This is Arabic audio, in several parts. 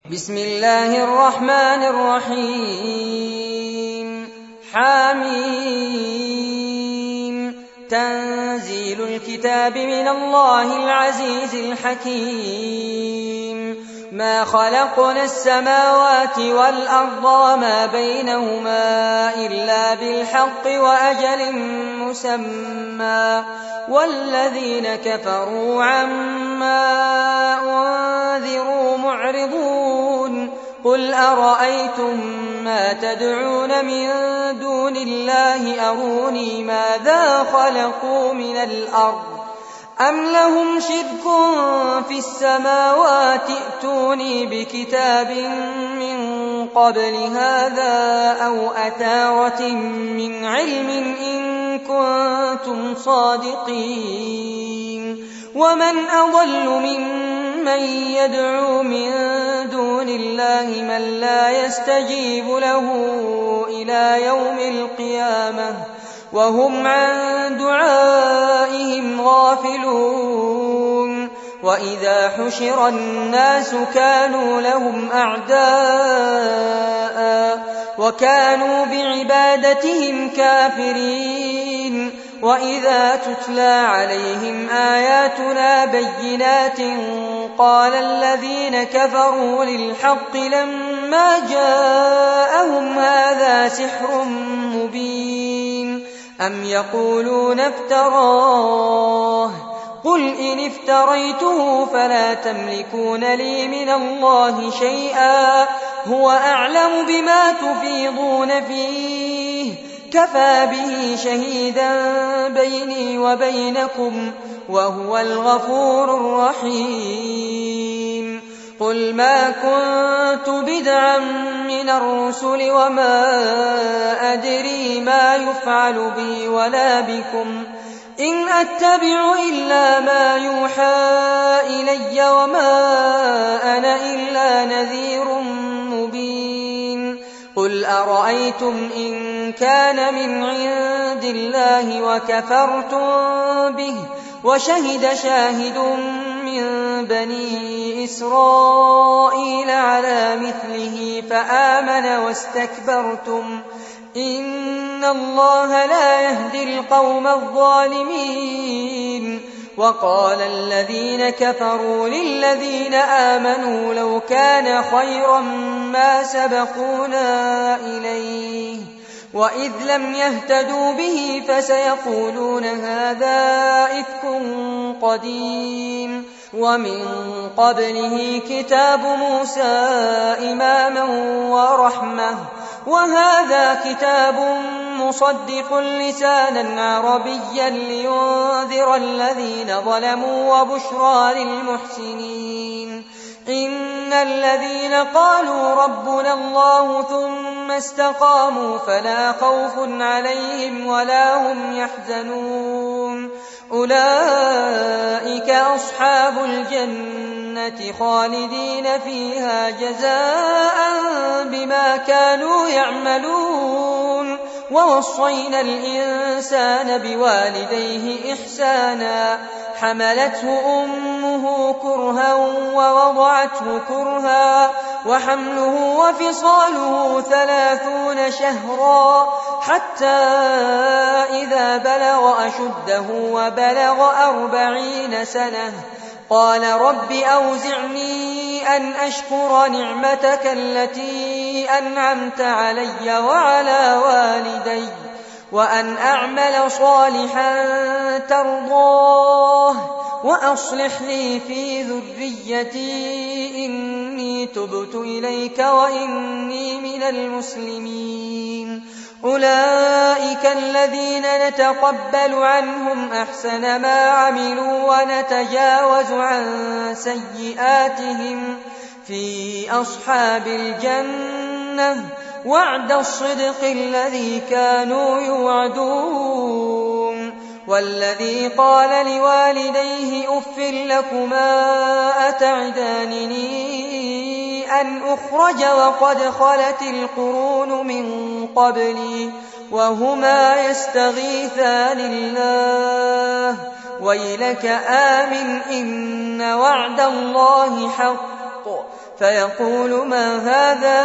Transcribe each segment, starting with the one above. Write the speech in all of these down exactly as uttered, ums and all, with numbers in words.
بسم الله الرحمن الرحيم حميم تنزيل الكتاب من الله العزيز الحكيم ما خلقنا السماوات والأرض وما بينهما إلا بالحق وأجل مسمى والذين كفروا عما أنذروا معرضون قل أرأيتم ما تدعون من دون الله أروني ماذا خلقوا من الأرض أم لهم شرك في السماوات ائتوني بكتاب من قبل هذا أو أثارة من علم إن كنتم صادقين ومن أضل ممن يدعو من دون الله من لا يستجيب له إلى يوم القيامة وهم عن دعائهم غافلون وإذا حشر الناس كانوا لهم أعداء وكانوا بعبادتهم كافرين وإذا تتلى عليهم آياتنا بينات قال الذين كفروا للحق لما جاءهم هذا سحر مبين أم يقولون افتراه قل إن افتريته فلا تملكون لي من الله شيئا هو أعلم بما تفيضون فيه كفى به شهيدا بيني وبينكم وهو الغفور الرحيم قل ما كنت بدعا من الرسل وما أدري ما يفعل بي ولا بكم إن أتبع إلا ما يوحى إلي وما أنا إلا نذير مبين قل أرأيتم إن كان من عند الله وكفرتم به وشهد شاهد من بني إسرائيل على مثله فآمن واستكبرتم إن الله لا يهدي القوم الظالمين وقال الذين كفروا للذين آمنوا لو كان خيرا ما سبقونا إليه وإذ لم يهتدوا به فسيقولون هذا إفك قديم ومن قبله كتاب موسى إماما ورحمة وهذا كتاب مصدق لسانا عربيا لينذر الذين ظلموا وبشرى للمحسنين إن الذين قالوا ربنا الله ثم استقاموا فلا خوف عليهم ولا هم يحزنون أولئك أصحاب الجنة خالدين فيها جزاء بما كانوا يعملون ووصينا الإنسان بوالديه إحسانا حملته أمه كرها ووضعته كرها وحمله وفصاله ثلاثون شهرا حتى إذا بلغ أشده وبلغ أربعين سنة قال رب أوزعني أن أشكر نعمتك التي أنعمت علي وعلى والدي وأن أعمل صالحا ترضاه وأصلح لي في ذريتي إني تبت إليك وإني من المسلمين أولئك الذين نتقبل عنهم أحسن ما عملوا ونتجاوز عن سيئاتهم في أصحاب الجنة وعد الصدق الذي كانوا يوعدون والذي قال لوالديه أف لكما أتعدانني أن أخرج وقد خلت القرون من قبلي وهما يستغيثان الله ويلك آمن إن وعد الله حق فيقول ما هذا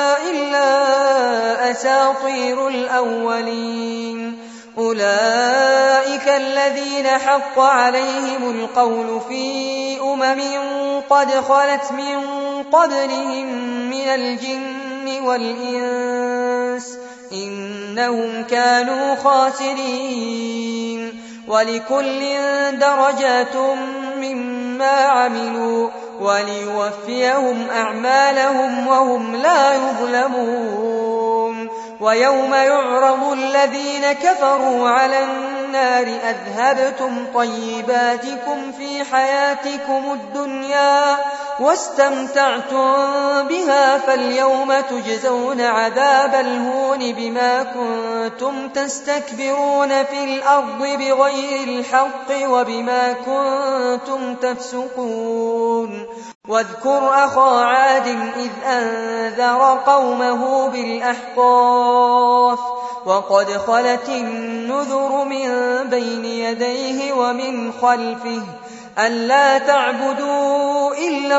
إلا أساطير الأولين. أولئك الذين حق عليهم القول في أمم قد خلت من قبلهم من الجن والإنس إنهم كانوا خاسرين. ولكل درجات مما عملوا وليوفيهم أعمالهم وهم لا يظلمون. ويوم يعرض الذين كفروا على النار أذهبتم طيباتكم في حياتكم الدنيا واستمتعتم بها فاليوم تجزون عذاب الهون بما كنتم تستكبرون في الأرض بغير الحق وبما كنتم تفسقون. واذكر أخا عاد إذ أنذر قومه بالأحقاف وقد خلت النذر من بين يديه ومن خلفه ألا تعبدوا إلا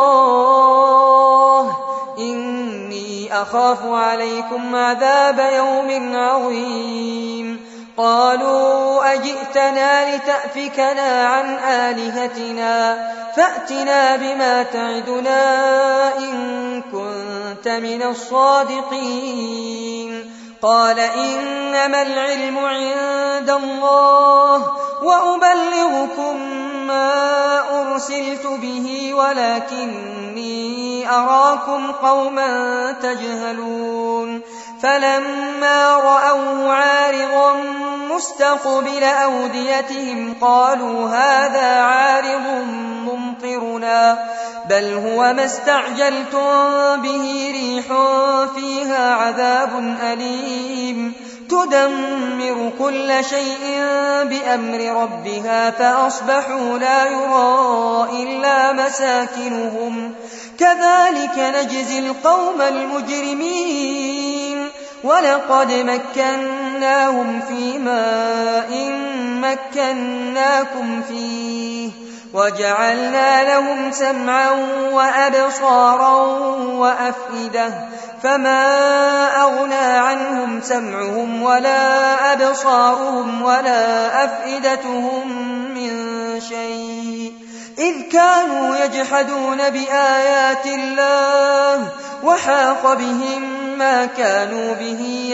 الله إني أخاف عليكم عذاب يوم عظيم. قالوا أجئتنا لتأفكنا عن آلهتنا فأتنا بما تعدنا إن كنت من الصادقين. قال إنما العلم عند الله وأبلغكم ما أرسلت به ولكني أراكم قوما تجهلون. فلما رأوه عارضا مستقبل أوديتهم قالوا هذا عارض ممطرنا بل هو ما استعجلتم به ريح فيها عذاب أليم تدمر كل شيء بأمر ربها فأصبحوا لا يرى إلا مساكنهم كذلك نجزي القوم المجرمين. ولقد مكناهم في ماء مكناكم فيه وجعلنا لهم سمعا وأبصارا وأفئدة فما أغنى عنهم سمعهم ولا أبصارهم ولا أفئدتهم من شيء إذ كانوا يجحدون بآيات الله وحاق بهم ما كانوا به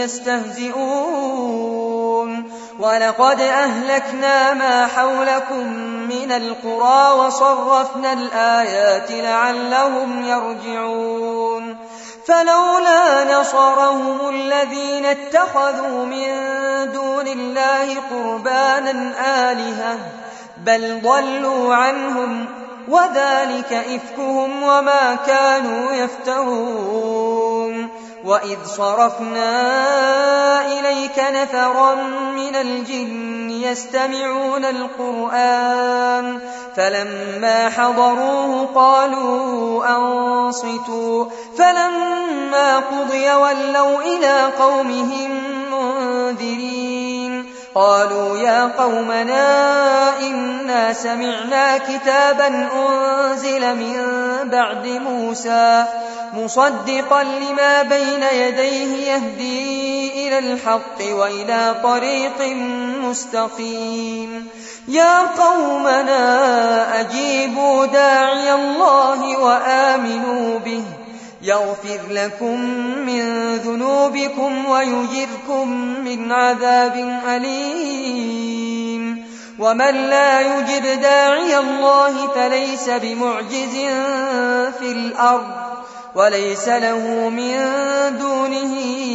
يستهزئون. ولقد أهلكنا ما حولكم من القرى وصرفنا الآيات لعلهم يرجعون. فلولا نصرهم الذين اتخذوا من دون الله قربانا آلهة بل ضلوا عنهم وذلك إفكهم وما كانوا يفترون. وإذ صرفنا إليك نفرا من الجن يستمعون القرآن فلما حضروه قالوا أنصتوا فلما قضي ولوا إلى قومهم منذرين. قالوا يا قومنا إنا سمعنا كتابا أنزل من بعد موسى مصدقا لما بين يديه يهدي إلى الحق وإلى طريق مستقيم. يا قومنا أجيبوا داعي الله وآمنوا به يغفر لكم من ذنوبكم ويجركم من عذاب أليم. ومن لا يجب داعي الله فليس بمعجز في الأرض وليس له من دونه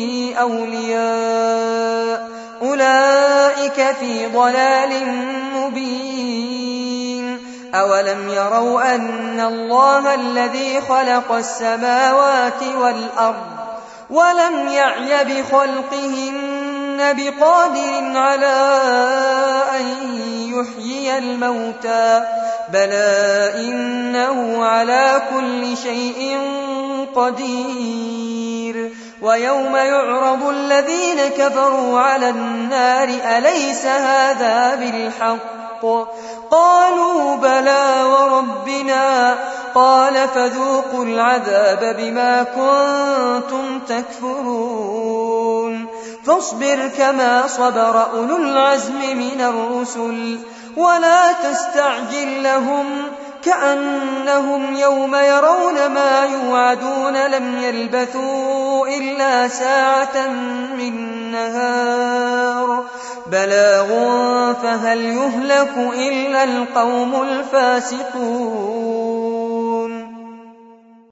أولياء أولئك في ضلال مبين. أولم يروا أن الله الذي خلق السماوات والأرض ولم يعي بخلقهن بقادر على أن يحيي الموتى بلى إنه على كل شيء قدير. ويوم يعرض الذين كفروا على النار أليس هذا بالحق قالوا بلى وربنا قال فذوقوا العذاب بما كنتم تكفرون فاصبر كما صبر أولو العزم من الرسل ولا تستعجل لهم كأنهم يوم يرون ما يوعدون لم يلبثوا إلا ساعة من نهار بلاغ فهل يهلك إلا القوم الفاسقون